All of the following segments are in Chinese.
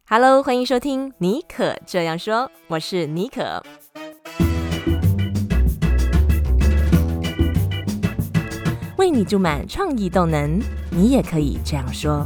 Hello， 欢迎收听妮可这样说，我是妮可。为你注满创意动能，你也可以这样说。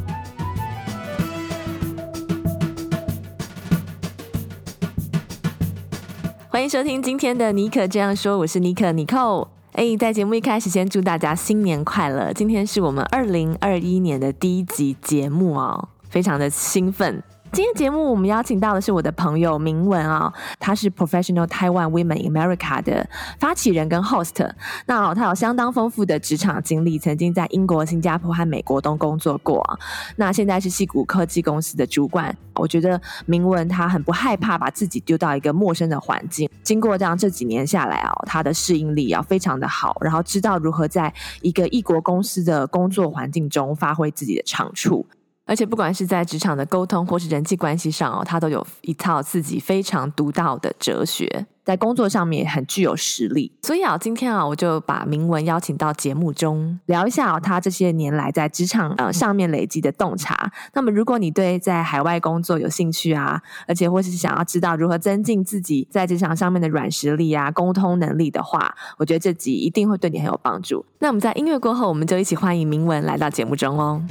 欢迎收听今天的妮可这样说，我是妮可 Nicole。在节目一开始先祝大家新年快乐，今天是我们2021年的第一集节目哦，非常的兴奋。今天节目我们邀请到的是我的朋友明文啊，他是 Professional Taiwan Women in America 的发起人跟 host。那他有相当丰富的职场经历，曾经在英国、新加坡和美国都工作过啊。那现在是矽谷科技公司的主管。我觉得明文他很不害怕把自己丢到一个陌生的环境，经过这几年下来啊，他的适应力非常的好，然后知道如何在一个异国公司的工作环境中发挥自己的长处。而且不管是在职场的沟通或是人际关系上他都有一套自己非常独到的哲学，在工作上面也很具有实力。所以今天我就把明文邀请到节目中，聊一下他这些年来在职场上面累积的洞察。那么如果你对在海外工作有兴趣而且或是想要知道如何增进自己在职场上面的软实力沟通能力的话，我觉得这集一定会对你很有帮助。那我们在音乐过后，我们就一起欢迎明文来到节目中哦。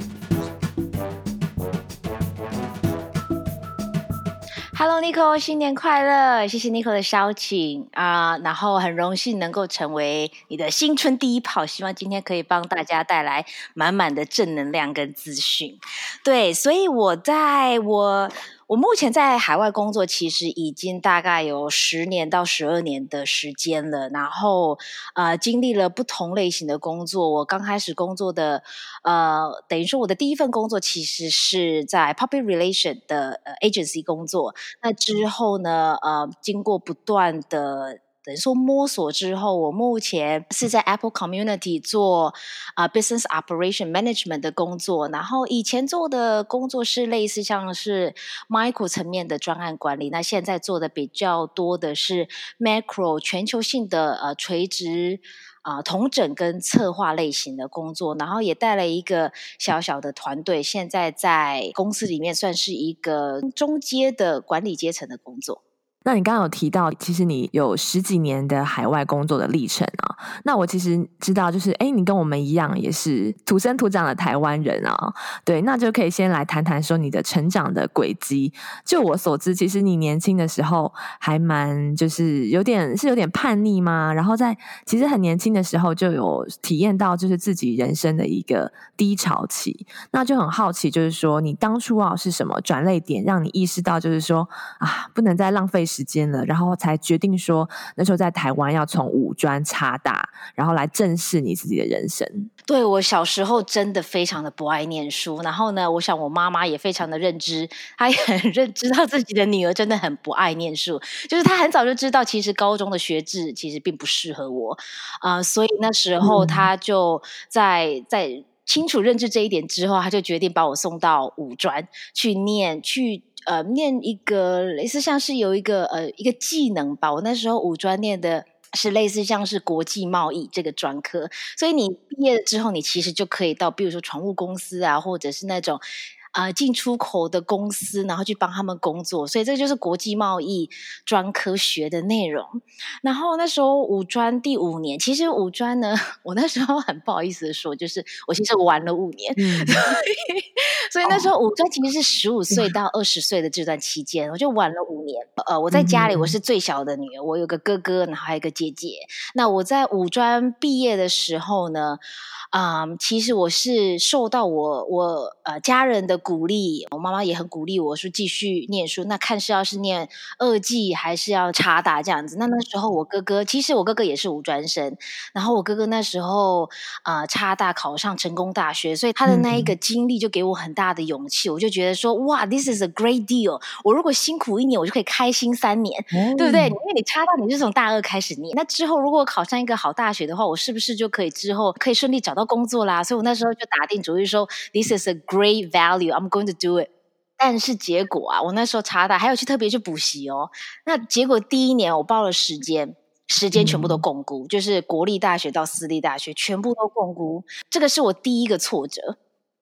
Hello Nico， 新年快乐！谢谢 Nico 的邀请然后很荣幸能够成为你的新春第一炮，希望今天可以帮大家带来满满的正能量跟资讯。对，所以我目前在海外工作，其实已经大概有10年到12年的时间了。然后经历了不同类型的工作。我刚开始工作的等于说我的第一份工作其实是在 Public Relation 的agency 工作。那之后呢经过不断的等于说摸索之后，我目前是在 Apple Community 做Business Operation Management 的工作。然后以前做的工作是类似像是 Micro 层面的专案管理，那现在做的比较多的是 Macro 全球性的垂直统整跟策划类型的工作。然后也带了一个小小的团队，现在在公司里面算是一个中阶的管理阶层的工作。 那你刚刚有提到其实你有10几年的海外工作的历程那我其实知道就是你跟我们一样也是土生土长的台湾人对，那就可以先来谈谈说你的成长的轨迹。就我所知，其实你年轻的时候还蛮就是有点叛逆吗？然后在其实很年轻的时候就有体验到就是自己人生的一个低潮期。那就很好奇，就是说你当初是什么转捩点让你意识到就是说不能再浪费时间了，然后才决定说那时候在台湾要从五专插大，然后来正视你自己的人生。 对，我小时候真的非常的不爱念书，然后呢我想我妈妈也非常的认知，她也很知道自己的女儿真的很不爱念书，就是她很早就知道其实高中的学制其实并不适合我所以那时候她就在清楚认知这一点之后，她就决定把我送到五专去念一个类似像是有一个技能吧。我那时候五专念的是类似像是国际贸易这个专科，所以你毕业了之后你其实就可以到比如说船务公司或者是那种进出口的公司，然后去帮他们工作，所以这就是国际贸易专科学的内容。然后那时候五专第5年，其实五专呢我那时候很不好意思的说，就是我其实玩了5年所以那时候五专其实是15岁到20岁的这段期间，我就玩了5年。我在家里我是最小的女儿，我有个哥哥，然后还有一个姐姐。那我在五专毕业的时候呢其实我是受到我家人的鼓励，我妈妈也很鼓励我说继续念书，那看是要是念2技还是要插大这样子。那时候其实我哥哥也是五专生，然后我哥哥那时候插大考上成功大学，所以他的那一个经历就给我很大的勇气。我就觉得说哇 this is a great deal， 我如果辛苦1年我就可以开心3年对不对？因为你插大你是从大2开始念，那之后如果考上一个好大学的话，我是不是就可以之后可以顺利找到工作啦？所以我那时候就打定主意说 this is a great value I'm going to do it。 但是结果我那时候插大还有特别去补习那结果第1年我报了时间全部都共估，就是国立大学到私立大学全部都共估，这个是我第一个挫折。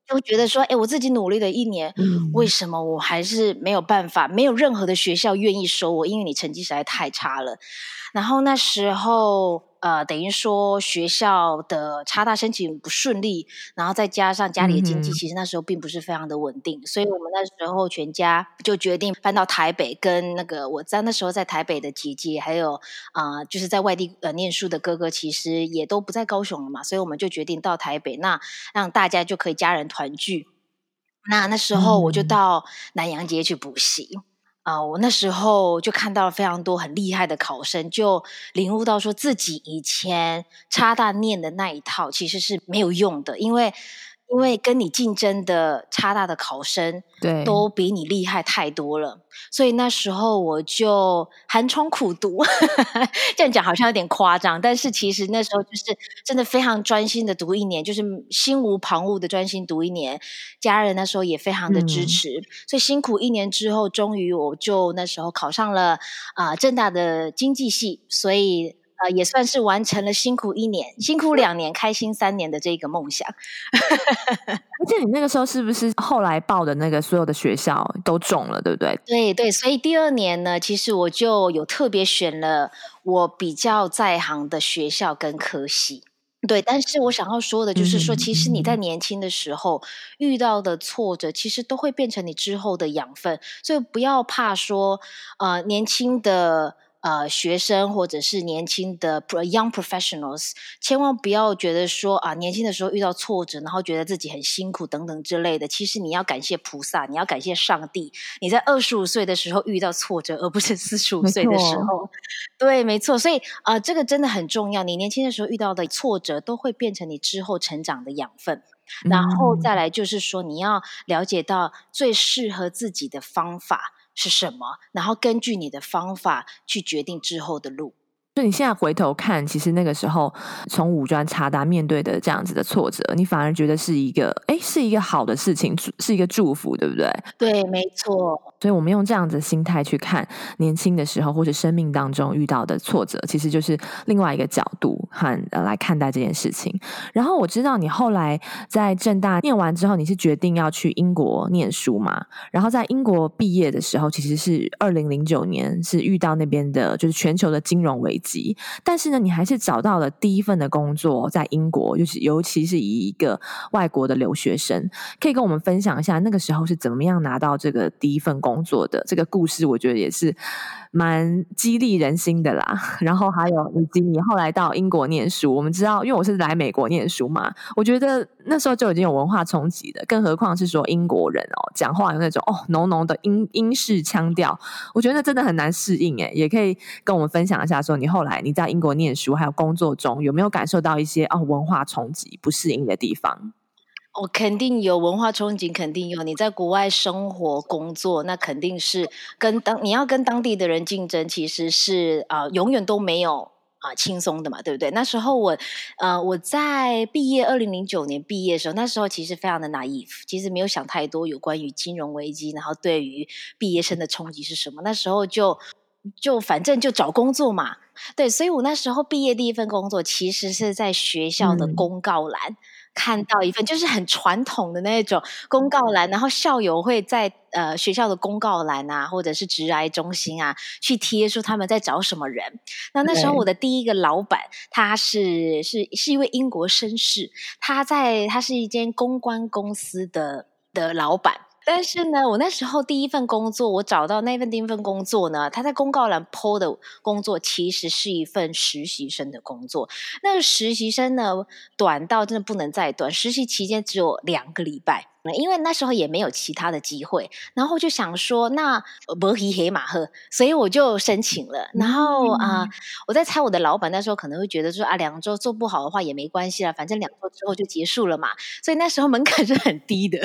就觉得说，我自己努力了1年，为什么我还是没有办法，没有任何的学校愿意收我，因为你成绩实在太差了。然后那时候等于说学校的插大申请不顺利，然后再加上家里的经济其实那时候并不是非常的稳定，所以我们那时候全家就决定搬到台北，跟那个我在那时候在台北的姐姐，还有就是在外地念书的哥哥，其实也都不在高雄了嘛，所以我们就决定到台北，那让大家就可以家人团聚。那时候我就到南洋街去补习。我那时候就看到了非常多很厉害的考生，就领悟到说自己以前插大念的那一套其实是没有用的，因为跟你竞争的插大的考生对都比你厉害太多了，所以那时候我就寒窗苦读这样讲好像有点夸张，但是其实那时候就是真的非常专心的读1年，就是心无旁骛的专心读1年，家人那时候也非常的支持，所以辛苦1年之后，终于我就那时候考上了政大的经济系，所以也算是完成了辛苦1年、辛苦2年、开心3年的这个梦想。 而且你那个时候是不是后来报的那个所有的学校都中了，对不对？ 对对，所以第2年呢，其实我就有特别选了我比较在行的学校跟科系。对，但是我想要说的就是说，其实你在年轻的时候遇到的挫折，其实都会变成你之后的养分，所以不要怕说，年轻的学生或者是年轻的 young professionals， 千万不要觉得说年轻的时候遇到挫折，然后觉得自己很辛苦等等之类的。其实你要感谢菩萨，你要感谢上帝，你在25岁的时候遇到挫折，而不是45岁的时候。对，没错。所以这个真的很重要。你年轻的时候遇到的挫折，都会变成你之后成长的养分。然后再来就是说，你要了解到最适合自己的方法是什么，然后根据你的方法去决定之后的路。 所以你现在回头看，其实那个时候从五专插大面对的这样子的挫折，你反而觉得是一个好的事情，是一个祝福，对不对？ 对，没错。 所以我们用这样子的心态去看年轻的时候或者生命当中遇到的挫折，其实就是另外一个角度和来看待这件事情。然后我知道你后来在政大念完之后，你是决定要去英国念书嘛？然后在英国毕业的时候，其实是2009年，是遇到那边的就是全球的金融危机，但是呢，你还是找到了第一份的工作在英国，尤其是以一个外国的留学生，可以跟我们分享一下那个时候是怎么样拿到这个第一份工作的这个故事，我觉得也是蛮激励人心的啦。然后还有以及你后来到英国念书，我们知道因为我是来美国念书嘛，我觉得那时候就已经有文化冲击了，更何况是说英国人讲话有那种浓浓的英式腔调，我觉得那真的很难适应耶。也可以跟我们分享一下说你后来你在英国念书还有工作中有没有感受到一些文化冲击不适应的地方？ 肯定有文化冲击，肯定有。你在国外生活工作，那肯定是你要跟当地的人竞争，其实是永远都没有轻松的嘛，对不对？那时候我在2009年毕业的时候，那时候其实非常的 naive， 其实没有想太多有关于金融危机，然后对于毕业生的冲击是什么。那时候就反正就找工作嘛，对，所以我那时候毕业第一份工作其实是在学校的公告栏。看到一份就是很传统的那种公告栏，然后校友会在学校的公告栏啊，或者是职涯中心啊，去贴出他们在找什么人。那时候我的第一个老板，他是一位英国绅士，他是一间公关公司的老板。但是呢，我那时候第一份工作，我找到那份第一份工作呢，他在公告栏 po 的工作其实是一份实习生的工作。那个实习生呢，短到真的不能再短，实习期间只有2个礼拜。因为那时候也没有其他的机会，然后就想说那没鱼黑马喝，所以我就申请了。然后我在猜我的老板那时候可能会觉得说2周做不好的话也没关系啦，反正2周之后就结束了嘛，所以那时候门槛是很低的。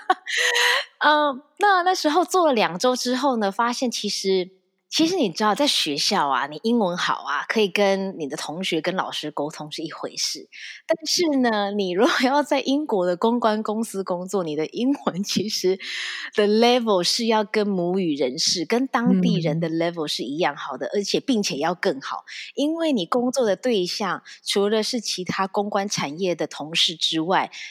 那时候做了2周之后呢，发现其实你知道，在学校啊，你英文好啊，可以跟你的同学、跟老师沟通是一回事。但是呢，你如果要在英国的公关公司工作，你的英文其实的 level 是要跟母语人士、跟当地人的 level 是一样好的，并且要更好。因为你工作的对象除了是其他公关产业的同事之外，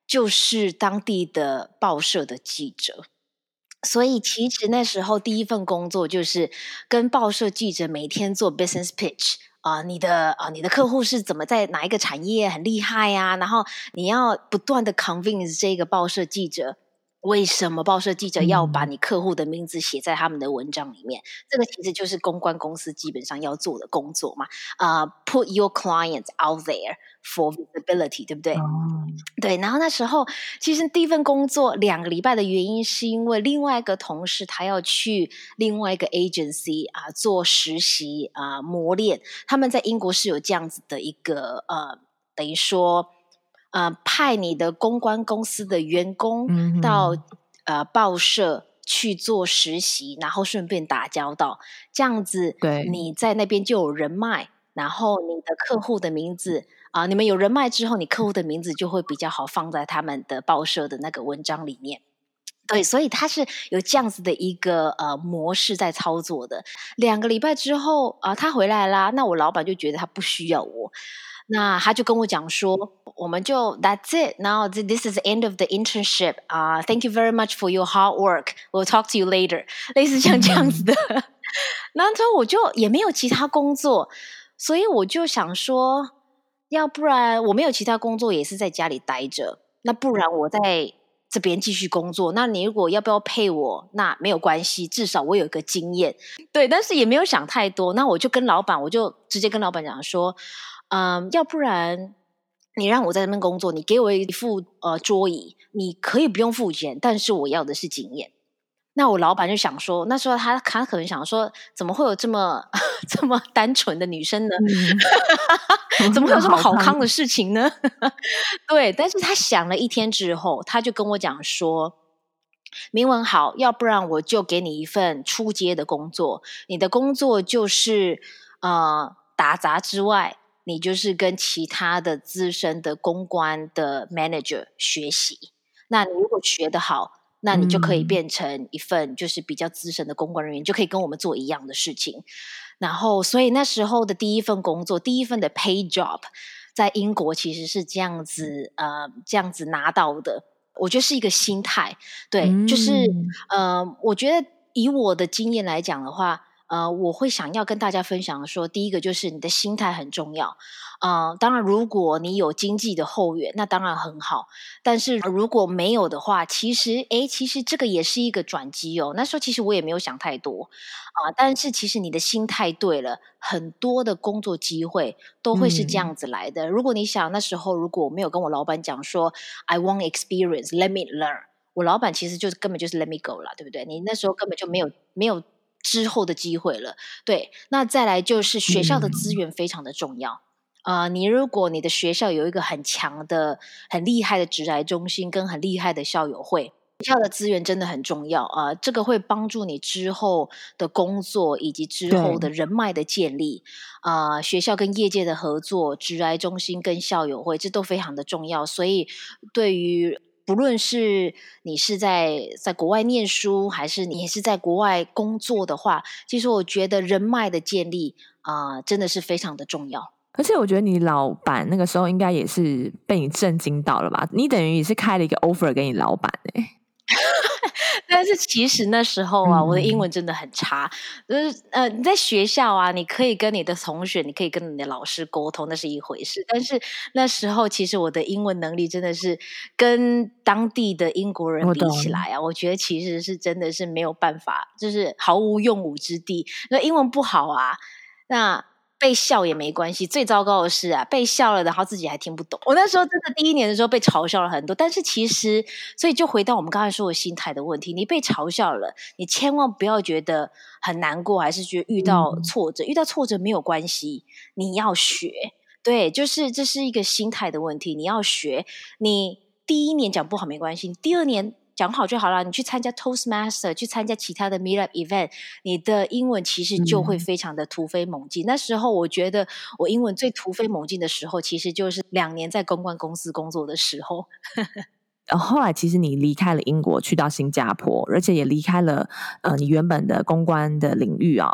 就是当地的报社的记者。所以其实那时候第一份工作就是跟报社记者每天做 business pitch。你的客户是怎么在哪一个产业很厉害啊？然后你要不断的 convince 这个报社记者，为什么报社记者要把你客户的名字写在他们的文章里面？这个其实就是公关公司基本上要做的工作嘛。Put your clients out there for visibility， 对不对？对，然后那时候其实第一份工作2个礼拜的原因是因为另外一个同事他要去另外一个 agency 做实习磨练，他们在英国是有这样子的一个等于说派你的公关公司的员工到报社去做实习，然后顺便打交道，这样子你在那边就有人脉，然后你的客户的名字你们有人脉之后，你客户的名字就会比较好放在他们的报社的那个文章里面。对，所以他是有这样子的一个模式在操作的。2个礼拜之后他回来啦，那我老板就觉得他不需要我，那他就跟我讲说，我们就 That's it. Now this is the end of the internship. Thank you very much for your hard work. We'll talk to you later. 类似像这样子的。然后我就也没有其他工作，所以我就想说，要不然我没有其他工作，也是在家里待着。那不然我在这边继续工作。那你如果要不要配我，那没有关系，至少我有一个经验。对，但是也没有想太多。那我就直接跟老板讲说，要不然你让我在这边工作，你给我一副桌椅，你可以不用付钱，但是我要的是经验。那我老板就想说，那时候他可能想说，怎么会有这么这么单纯的女生呢？怎么会有这么好康的事情呢？对，但是他想了1天之后，他就跟我讲说，明文好，要不然我就给你一份初阶的工作，你的工作就是打杂之外，你就是跟其他的资深的公关的 manager 学习。那你如果学得好，那你就可以变成一份就是比较资深的公关人员，就可以跟我们做一样的事情。然后所以那时候的第一份工作，第一份的 pay job 在英国其实是这样子拿到的。我觉得是一个心态。对，就是我觉得以我的经验来讲的话，我会想要跟大家分享说，第一个就是你的心态很重要。当然如果你有经济的后援，那当然很好，但是如果没有的话，其实这个也是一个转机哦。那时候其实我也没有想太多但是其实你的心态对了，很多的工作机会都会是这样子来的。如果你想那时候如果我没有跟我老板讲说 I want experience, let me learn， 我老板其实根本就是 let me go 啦，对不对？你那时候根本就没有之后的机会了。对，那再来就是学校的资源非常的重要。你如果你的学校有一个很强的很厉害的职涯中心跟很厉害的校友会，学校的资源真的很重要这个会帮助你之后的工作以及之后的人脉的建立学校跟业界的合作，职涯中心跟校友会，这都非常的重要。所以对于不论是你是在国外念书，还是你是在国外工作的话，其实我觉得人脉的建立真的是非常的重要。 而且我觉得你老板那个时候应该也是被你震惊到了吧？你等于也是开了一个 offer 给你老板但是其实那时候我的英文真的很差。就是你在学校你可以跟你的同学，你可以跟你的老师沟通，那是一回事。但是那时候其实我的英文能力真的是跟当地的英国人比起来我觉得其实是真的是没有办法，就是毫无用武之地。那英文不好那被笑也没关系，最糟糕的是被笑了然后自己还听不懂。我那时候真的第1年的时候被嘲笑了很多，但是其实所以就回到我们刚才说的心态的问题，你被嘲笑了，你千万不要觉得很难过，还是觉得遇到挫折遇到挫折没有关系，你要学。对，就是这是一个心态的问题，你要学。你第1年讲不好没关系，第2年讲好就好了，你去参加 Toastmaster， 去参加其他的 Meetup event， 你的英文其实就会非常的突飞猛进。那时候我觉得我英文最突飞猛进的时候，其实就是2年在公关公司工作的时候。 后来其实你离开了英国，去到新加坡，而且也离开了你原本的公关的领域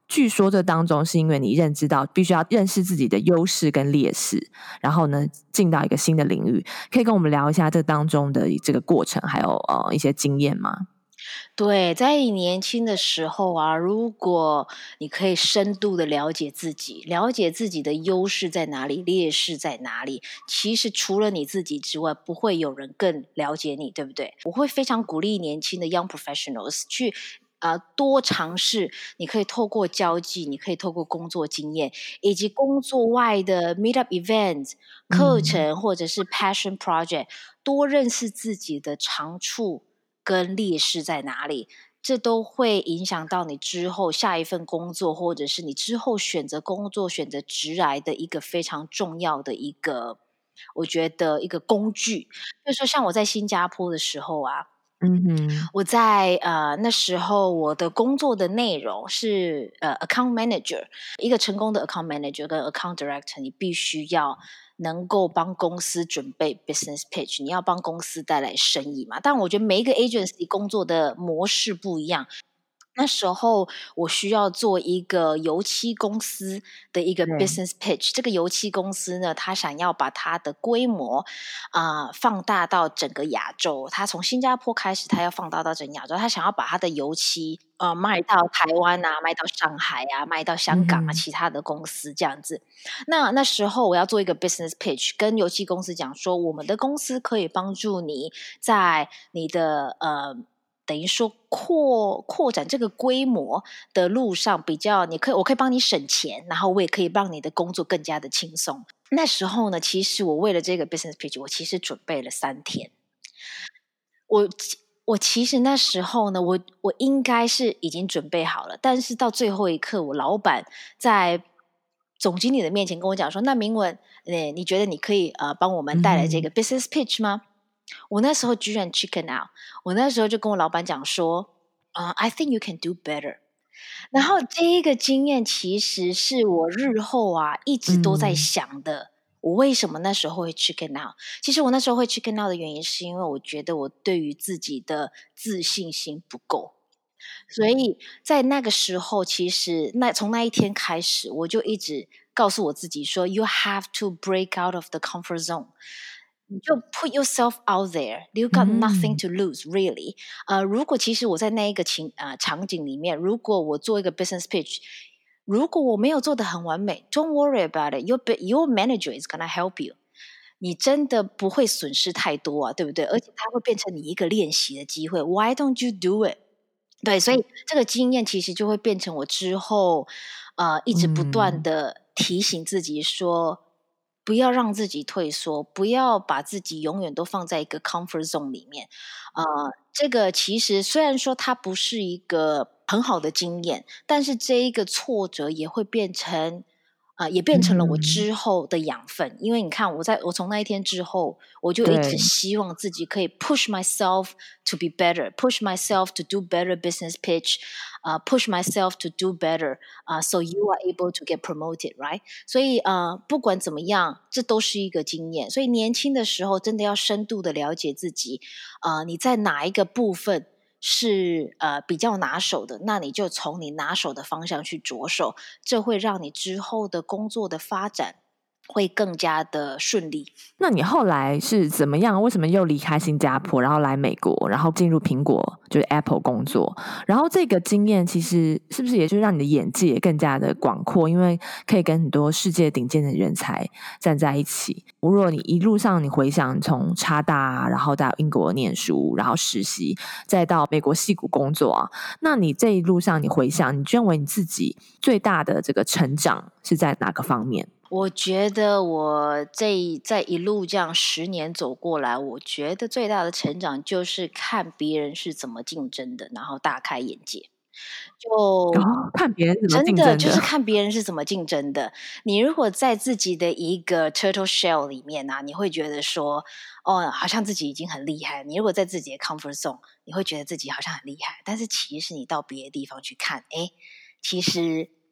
据说这当中是因为你认知到必须要认识自己的优势跟劣势，然后呢进到一个新的领域，可以跟我们聊一下这当中的这个过程，还有一些经验吗？ 对，在你年轻的时候啊，如果你可以深度的了解自己，了解自己的优势在哪里，劣势在哪里，其实除了你自己之外，不会有人更了解你，对不对？我会非常鼓励年轻的 young professionals 去多尝试，你可以透过交际，你可以透过工作经验，以及工作外的 meet up events 课程或者是 passion project，多认识自己的长处跟劣势在哪里，这都会影响到你之后下一份工作，或者是你之后选择工作、选择职涯的一个非常重要的一个，我觉得一个工具。就是说，像我在新加坡的时候啊， 嗯哼， 我在那时候我的工作的内容是account manager，一个成功的 account manager 跟 account director，你必须要能够帮公司准备 business pitch，你要帮公司带来生意嘛。但我觉得每一个 agency 工作的模式不一样，那时候我需要做一个油漆公司的一个对， business pitch。这个油漆公司呢，它想要把它的规模放大到整个亚洲。它从新加坡开始，它要放大到整个亚洲。它想要把它的油漆卖到台湾啊，卖到上海啊，卖到香港啊， 嗯哼， 其他的公司这样子。那时候我要做一个 business pitch，跟油漆公司讲说，我们的公司可以帮助你在你的等于说扩展这个规模的路上，我可以帮你省钱，然后我也可以让你的工作更加的轻松。那时候呢，其实我为了这个 business pitch，我其实准备了3天。我我其实那时候呢，我应该是已经准备好了，但是到最后一刻，我老板在总经理的面前跟我讲说："那明文，你觉得你可以帮我们带来这个嗯哼， business pitch 吗？"我那时候居然 chicken out，我那时候就跟我老板讲说："I think you can do better。"然后这一个经验其实是我日后一直都在嗯想的。我为什么那时候会 chicken out？其实我那时候会 chicken out 的原因，是因为我觉得我对于自己的自信心不够。所以在那个时候，其实从那一天开始，我就一直告诉我自己说："You have to break out of the comfort zone。"你就 put yourself out there. You got nothing 嗯 to lose, really. 如果其实我在那一个场景里面，如果我做一个 business pitch，如果我没有做得很完美，don't worry about it. Your manager is gonna help you. 你真的不会损失太多啊，对不对？而且它会变成你一个练习的机会。Why don't you do it？对，所以这个经验其实就会变成我之后，一直不断嗯的提醒自己说，不要让自己退缩，不要把自己永远都放在一个 comfort zone 里面。这个其实虽然说它不是一个很好的经验，但是这一个挫折也会变成也变成了我嗯， 之后的养分。因为你看，我从那一天之后，我就一直对， 希望自己可以 push myself to be better, push myself to do better business pitch, push myself to do better, so you are able to get promoted, right? 所以不管怎么样，这都是一个经验。所以年轻的时候，真的要深度的了解自己，你在哪一个部分是比较拿手的，那你就从你拿手的方向去着手，这会让你之后的工作的发展会更加的顺利。 那你后来是怎么样？为什么又离开新加坡，然后来美国，然后进入苹果，就是 Apple 工作？然后这个经验其实是不是也就让你的眼界更加的广阔？因为可以跟很多世界顶尖的人才站在一起。如果你一路上你回想从插大啊，然后到英国念书，然后实习，再到美国矽谷工作啊，那你这一路上你回想，你认为你自己最大的这个成长是在哪个方面？ 我觉得我在一路这样10年走过来，我觉得最大的成长就是看别人是怎么竞争的，然后大开眼界。就哦，看别人是怎么真竞争的。 的就是看别人是怎么竞争的。你如果在自己的一个 turtle shell 里面你会觉得说，好像自己已经很厉害。你如果在自己的 comfort zone，你会觉得自己好像很厉害。但是其实你到别的地方去看，其实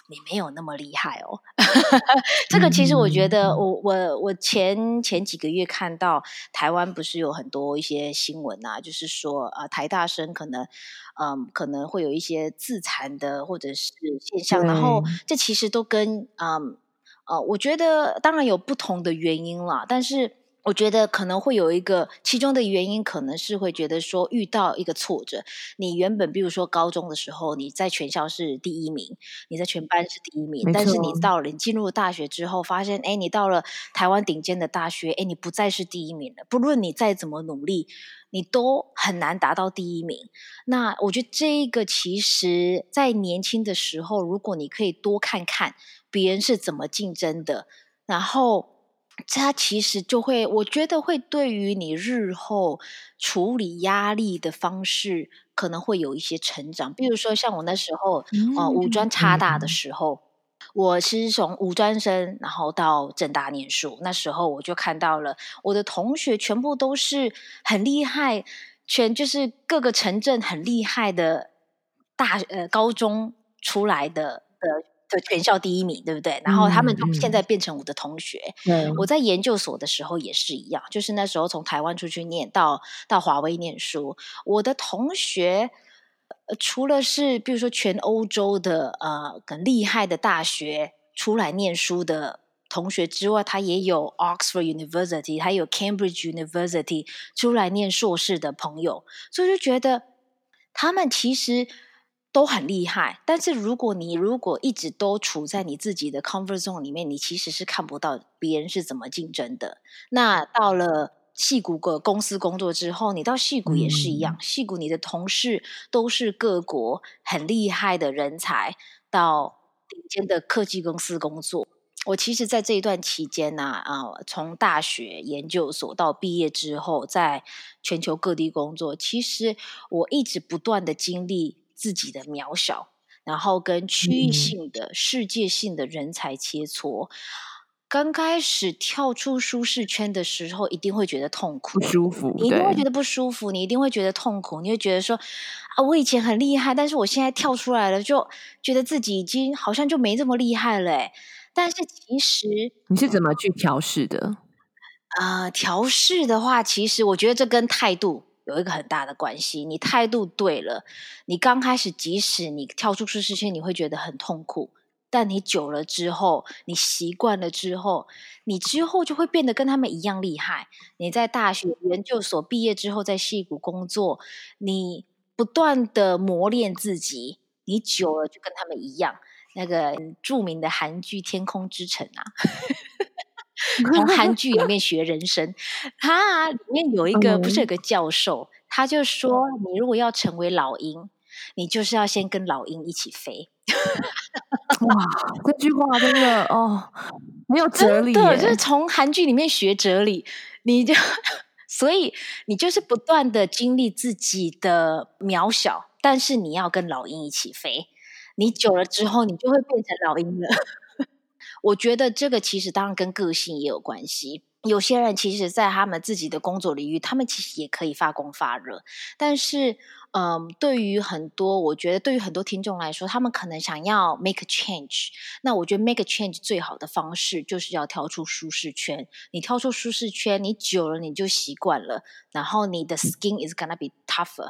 你没有那么厉害哦。这个其实我觉得我前几个月看到台湾不是有很多一些新闻啊，就是说台大生可能会有一些自残的或者是现象，然后这其实都跟我觉得当然有不同的原因啦，但是我觉得可能会有一个其中的原因，可能是会觉得说遇到一个挫折，你原本比如说高中的时候你在全校是第一名，你在全班是第一名，但是你进入大学之后发现你到了台湾顶尖的大学，你不再是第一名了，不论你再怎么努力你都很难达到第一名。那我觉得这一个其实在年轻的时候，如果你可以多看看别人是怎么竞争的，然后它其实就会，我觉得会对于你日后处理压力的方式可能会有一些成长。比如说像我那时候五专插大的时候，我是从五专生然后到政大念书，那时候我就看到了我的同学全部都是很厉害，就是各个城镇很厉害的高中出来的全校第一名，对不对？然后他们就现在变成我的同学。我在研究所的时候也是一样，就是那时候从台湾出去念到华威念书，我的同学除了是比如说全欧洲的很厉害的大学出来念书的同学之外，他也有 Oxford University， 还有 Cambridge University 出来念硕士的朋友，所以就觉得他们其实都很厉害，但是如果一直都处在你自己的 comfort zone 里面，你其实是看不到别人是怎么竞争的。那到了矽谷公司工作之后，你到矽谷也是一样，矽谷你的同事都是各国很厉害的人才，到顶尖的科技公司工作。我其实在这一段期间从大学研究所到毕业之后，在全球各地工作，其实我一直不断的经历自己的渺小，然后跟区域性的世界性的人才切磋。刚开始跳出舒适圈的时候，一定会觉得痛苦， 不舒服， 你一定会觉得不舒服，你一定会觉得痛苦，你会觉得说我以前很厉害，但是我现在跳出来了，就觉得自己已经好像就没这么厉害了但是其实你是怎么去调试的？ 调试的话，其实我觉得这跟态度有一个很大的关系。你态度对了，你刚开始即使你跳出舒适圈，你会觉得很痛苦，但你久了之后，你习惯了之后，你之后就会变得跟他们一样厉害。你在大学研究所毕业之后，在矽谷工作，你不断的磨练自己，你久了就跟他们一样。那个著名的韩剧《天空之城》从韩剧里面学人生，它里面有一个不是有个教授，他就说你如果要成为老鹰，你就是要先跟老鹰一起飞。 哇，这句话真的很有哲理耶， 真的就是从韩剧里面学哲理，所以你就是不断的经历自己的渺小，但是你要跟老鹰一起飞，你久了之后你就会变成老鹰了。我觉得这个其实当然跟个性也有关系，有些人其实在他们自己的工作领域，他们其实也可以发光发热，但是我觉得对于很多听众来说，他们可能想要 make a change， 那我觉得 make a change 最好的方式就是要跳出舒适圈，你跳出舒适圈，你久了你就习惯了，然后你的 skin is gonna be tougher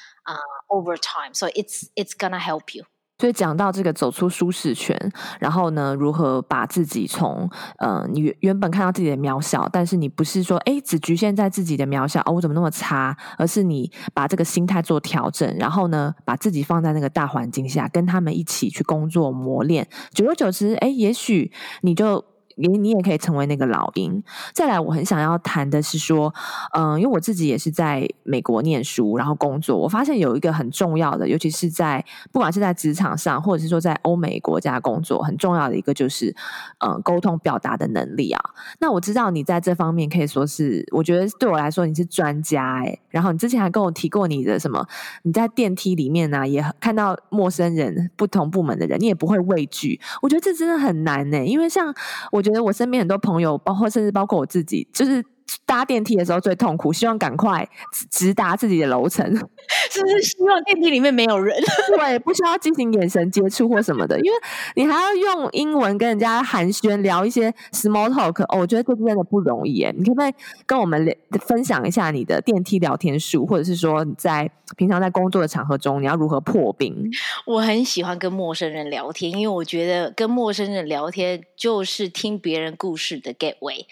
over time, so it's gonna help you。 所以讲到这个走出舒适圈，然后呢，如何把自己从你原本看到自己的渺小，但是你不是说只局限在自己的渺小我怎么那么差，而是你把这个心态做调整，然后呢，把自己放在那个大环境下，跟他们一起去工作磨练，久而久之，也许你也可以成为那个老鹰。再来我很想要谈的是说因为我自己也是在美国念书然后工作，我发现有一个很重要的，尤其是不管是在职场上或者是说在欧美国家工作，很重要的一个就是沟通表达的能力啊。那我知道你在这方面可以说是，我觉得对我来说你是专家然后你之前还跟我提过你的什么，你在电梯里面也看到陌生人不同部门的人，你也不会畏惧。我觉得这真的很难因为像我觉得我身边很多朋友，甚至包括我自己，就是搭电梯的时候最痛苦，希望赶快直达自己的楼层， 是不是希望电梯里面没有人？ 对，不需要进行眼神接触或什么的，因为你还要用英文跟人家寒暄聊一些 small talk，我觉得这真的不容易耶。你可不可以跟我们分享一下你的电梯聊天术，或者是说你在平常在工作的场合中你要如何破冰？ 我很喜欢跟陌生人聊天，因为我觉得跟陌生人聊天就是听别人故事的 gateway。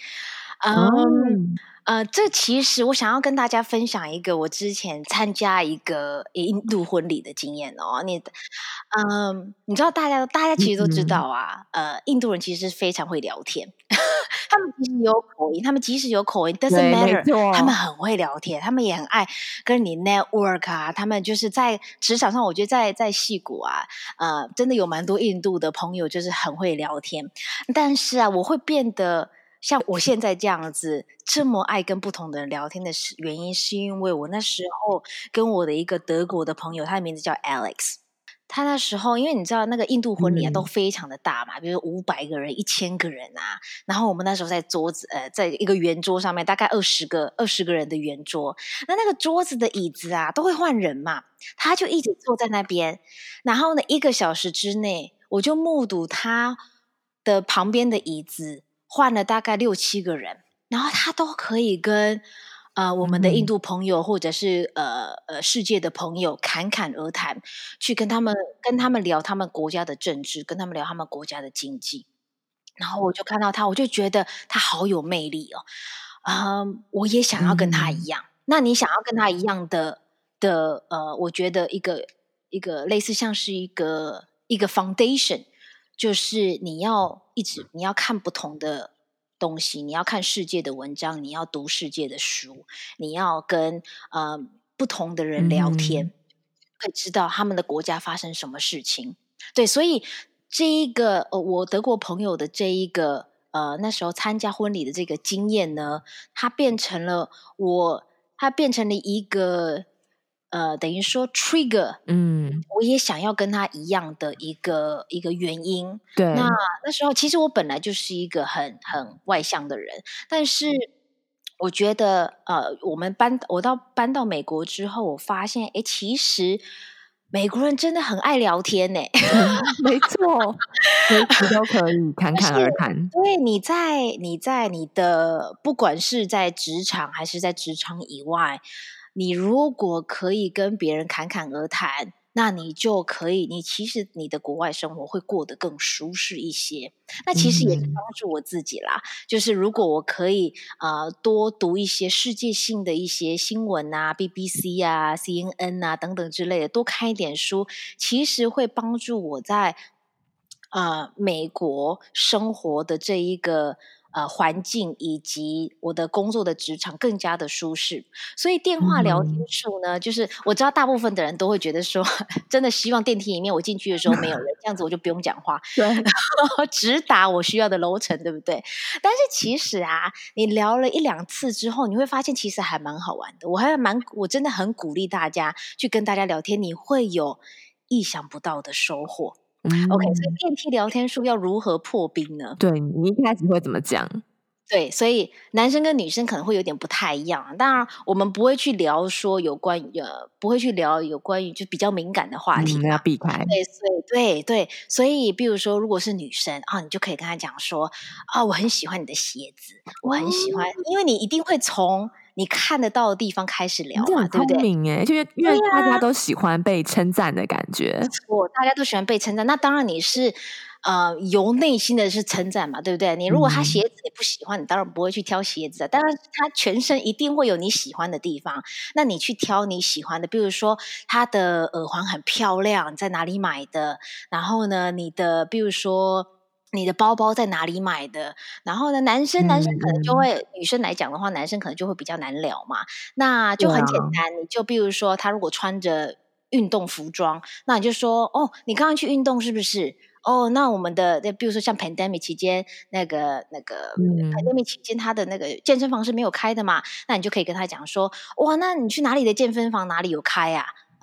这其实我想要跟大家分享一个我之前参加一个印度婚礼的经验哦。你知道大家其实都知道啊，印度人其实非常会聊天，他们即使有口音，doesn't matter，他们很会聊天，他们也很爱跟你 network 啊。他们就是在职场上，我觉得在矽谷啊，真的有蛮多印度的朋友，就是很会聊天。但是啊，我会变得像我现在这样子这么爱跟不同的人聊天的原因，是因为我那时候跟我的一个德国的朋友，他的名字叫 Alex。他那时候，因为你知道那个印度婚礼啊，都非常的大嘛，比如500个人、1000个人啊。然后我们那时候在桌子，在一个圆桌上面，大概20个人的圆桌。那个桌子的椅子啊，都会换人嘛，他就一直坐在那边。然后呢，1个小时之内，我就目睹他的旁边的椅子换了大概6、7个人，然后他都可以跟我们的印度朋友或者是世界的朋友侃侃而谈，去跟他们聊他们国家的政治，跟他们聊他们国家的经济。然后我就看到他，我就觉得他好有魅力哦。我也想要跟他一样。那你想要跟他一样的我觉得一个类似像是一个 foundation， 就是你要看不同的东西，你要看世界的文章，你要读世界的书，你要跟不同的人聊天，可以知道他们的国家发生什么事情。对，所以这一个我德国朋友的这一个那时候参加婚礼的这个经验呢，它变成了一个等于说 trigger，我也想要跟他一样的一个原因。 对， 那时候其实我本来就是一个很外向的人，但是我觉得我搬到美国之后，我发现其实美国人真的很爱聊天呢。 没错，随时都可以侃侃而谈。 对，你在你的不管是在职场还是在职场以外，你如果可以跟别人侃侃而谈，那你就可以，其实你的国外生活会过得更舒适一些。那其实也是帮助我自己啦，就是如果我可以多读一些世界性的一些新闻啊 ，BBC 啊 CNN 啊等等之类的，多看一点书，其实会帮助我在美国生活的这一个环境以及我的工作的职场更加的舒适。所以电话聊天术呢，就是我知道大部分的人都会觉得说，真的希望电梯里面我进去的时候没有人，这样子我就不用讲话， 对， 直达我需要的楼层，对不对？但是其实啊，你聊了1、2次之后，你会发现其实还蛮好玩的。我真的很鼓励大家去跟大家聊天，你会有意想不到的收获。OK， 所以电梯聊天术要如何破冰呢？ 对，你一开始会怎么讲？ 对，所以男生跟女生可能会有点不太一样。当然，我们不会去聊说不会去聊有关于就比较敏感的话题嘛， 要避开。 对，所以比如说，如果是女生你就可以跟她讲说我很喜欢你的鞋子，我很喜欢，因为你一定会从你看得到的地方开始聊嘛，对不对？ 聪明耶，就是因为大家都喜欢被称赞的感觉。 没错，大家都喜欢被称赞。那当然你是由内心的是称赞嘛，对不对？你如果他鞋子你不喜欢，你当然不会去挑鞋子啊。当然他全身一定会有你喜欢的地方，那你去挑你喜欢的，比如说他的耳环很漂亮，你在哪里买的？然后呢，比如说你的包包在哪里买的？然后呢，男生可能就会，女生来讲的话，男生可能就会比较难聊嘛。那就很简单，你就比如说他如果穿着运动服装，那你就说你刚刚去运动是不是？那我们的比如说像 pandemic 期间那个pandemic 期间他的那个健身房是没有开的嘛，那你就可以跟他讲说，哇，那你去哪里的健身房哪里有开啊？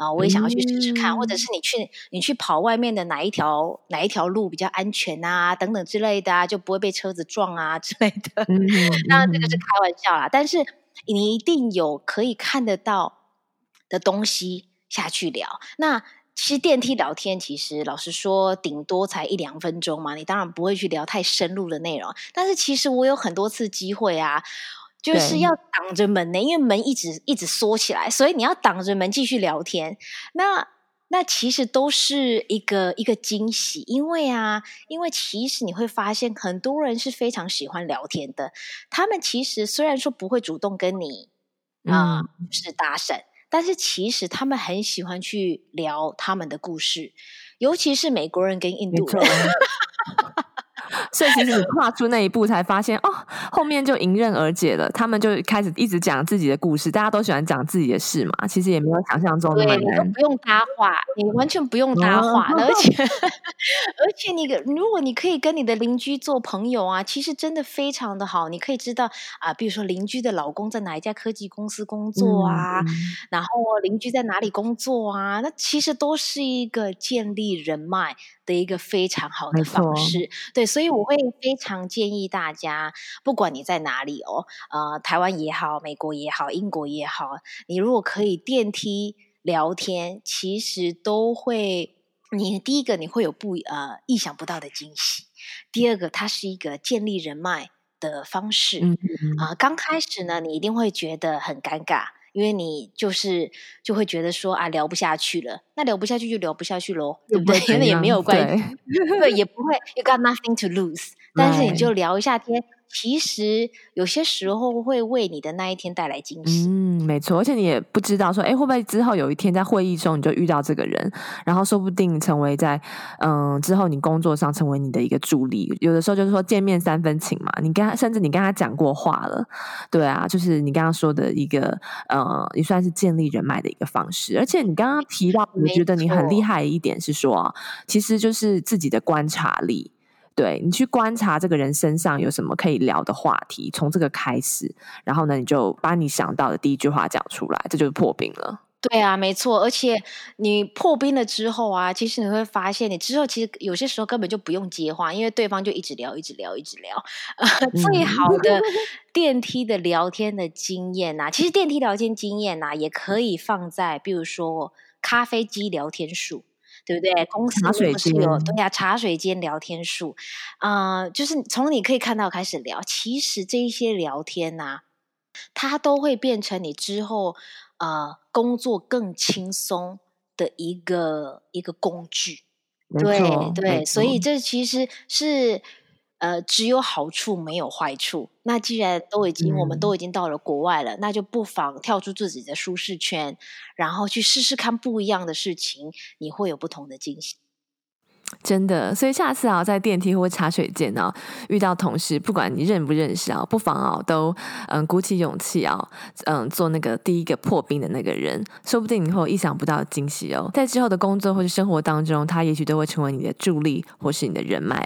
我也想要去试试看，或者是你去跑外面的哪一条路比较安全啊，等等之类的啊，就不会被车子撞啊之类的。当然这个是开玩笑啦，但是你一定有可以看得到的东西下去聊。那其实电梯聊天，其实老实说，顶多才1-2分钟嘛，你当然不会去聊太深入的内容。但是其实我有很多次机会啊，就是要挡着门呢，因为门一直缩起来，所以你要挡着门继续聊天。那其实都是一个惊喜，因为其实你会发现很多人是非常喜欢聊天的，他们其实虽然说不会主动跟你就是搭讪，但是其实他们很喜欢去聊他们的故事，尤其是美国人跟印度人。 所以其实你跨出那一步才发现后面就迎刃而解了，他们就开始一直讲自己的故事，大家都喜欢讲自己的事嘛，其实也没有想象中那么难。 对，你都不用搭话，你完全不用搭话，而且如果你可以跟你的邻居做朋友啊，其实真的非常的好，你可以知道比如说邻居的老公在哪一家科技公司工作啊，然后邻居在哪里工作啊，那其实都是一个建立人脉的一个非常好的方式。对，所以我会非常建议大家，不管你在哪里台湾也好，美国也好，英国也好，你如果可以电梯聊天，其实都会，第一个你会有意想不到的惊喜，第二个它是一个建立人脉的方式。刚开始呢，你一定会觉得很尴尬。因为你就会觉得说聊不下去了，那聊不下去就聊不下去咯，对不对？因为也没有关系，对，也不会 you got nothing to lose， 但是你就聊一下天，其实有些时候会为你的那一天带来惊喜。 没错，而且你也不知道说会不会之后有一天在会议中你就遇到这个人，然后说不定成为在之后你工作上成为你的一个助力。有的时候就是说见面3分情嘛，甚至你跟他讲过话了，对啊，就是你刚刚说的一个也算是建立人脉的一个方式。而且你刚刚提到我觉得你很厉害的一点是说其实就是自己的观察力，对，你去观察这个人身上有什么可以聊的话题，从这个开始，然后呢你就把你想到的第一句话讲出来，这就是破冰了。 对啊，没错，而且你破冰了之后其实你会发现，你之后其实有些时候根本就不用接话，因为对方就一直聊。最好的电梯的聊天的经验其实电梯聊天经验也可以放在，比如说咖啡机聊天术。对不对？公司不是有茶水间聊天术，就是从你可以看到开始聊，其实这一些聊天它都会变成你之后工作更轻松的一个工具。对，所以这其实是只有好处没有坏处。那既然我们都已经到了国外了，那就不妨跳出自己的舒适圈，然后去试试看不一样的事情，你会有不同的惊喜。 真的，所以下次在电梯或茶水间遇到同事，不管你认不认识不妨都鼓起勇气做那个第一个破冰的那个人，说不定你会有意想不到的惊喜在之后的工作或是生活当中，他也许都会成为你的助力或是你的人脉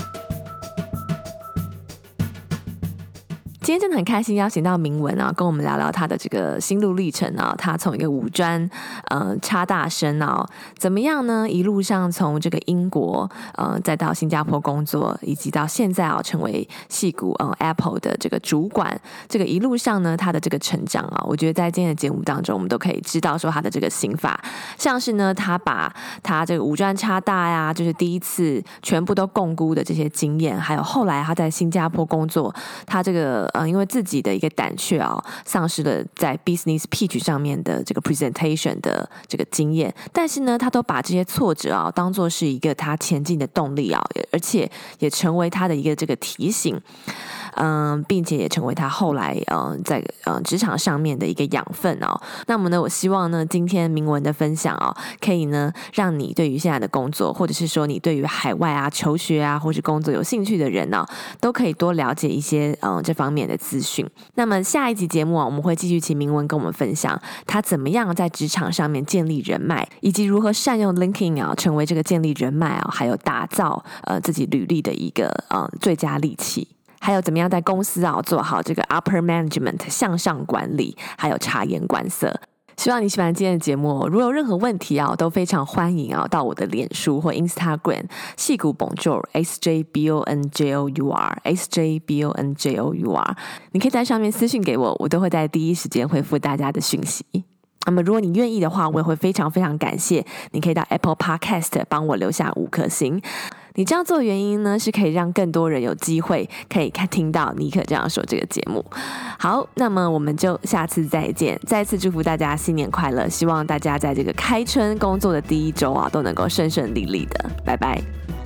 今天真的很开心邀请到明文跟我们聊聊他的这个心路历程他从一个五专插大生怎么样呢？一路上从这个英国再到新加坡工作，以及到现在成为矽谷Apple 的这个主管，这个一路上呢他的这个成长我觉得在今天的节目当中，我们都可以知道说他的这个心法，像是呢他把他这个五专插大呀，就是第一次全部都共估的这些经验，还有后来他在新加坡工作，他这个因为自己的一个胆怯丧失了在 business pitch 上面的这个 presentation 的这个经验，但是呢他都把这些挫折当作是一个他前进的动力而且也成为他的一个这个提醒，并且也成为他后来在职场上面的一个养分那么呢我希望呢今天明文的分享可以呢让你对于现在的工作，或者是说你对于海外求学或是工作有兴趣的人都可以多了解一些这方面的资讯。那么下一集节目我们会继续请明文跟我们分享他怎么样在职场上面建立人脉，以及如何善用 LinkedIn 成为这个建立人脉还有打造自己履历的一个最佳利器，还有怎么样在公司做好这个 upper management 向上管理，还有察言观色。 希望你喜欢今天的节目如果有任何问题都非常欢迎到我的脸书或 Instagram 矽谷 Bonjour SJBONJOUR SJBONJOUR， 你可以在上面私讯给我，我都会在第一时间回复大家的讯息。那么如果你愿意的话，我也会非常非常感谢你可以到 Apple Podcast 帮我留下5颗星。你这样做的原因呢，是可以让更多人有机会可以听到尼可这样说这个节目。好，那么我们就下次再见，再次祝福大家新年快乐，希望大家在这个开春工作的第一周都能够顺顺利利的，拜拜。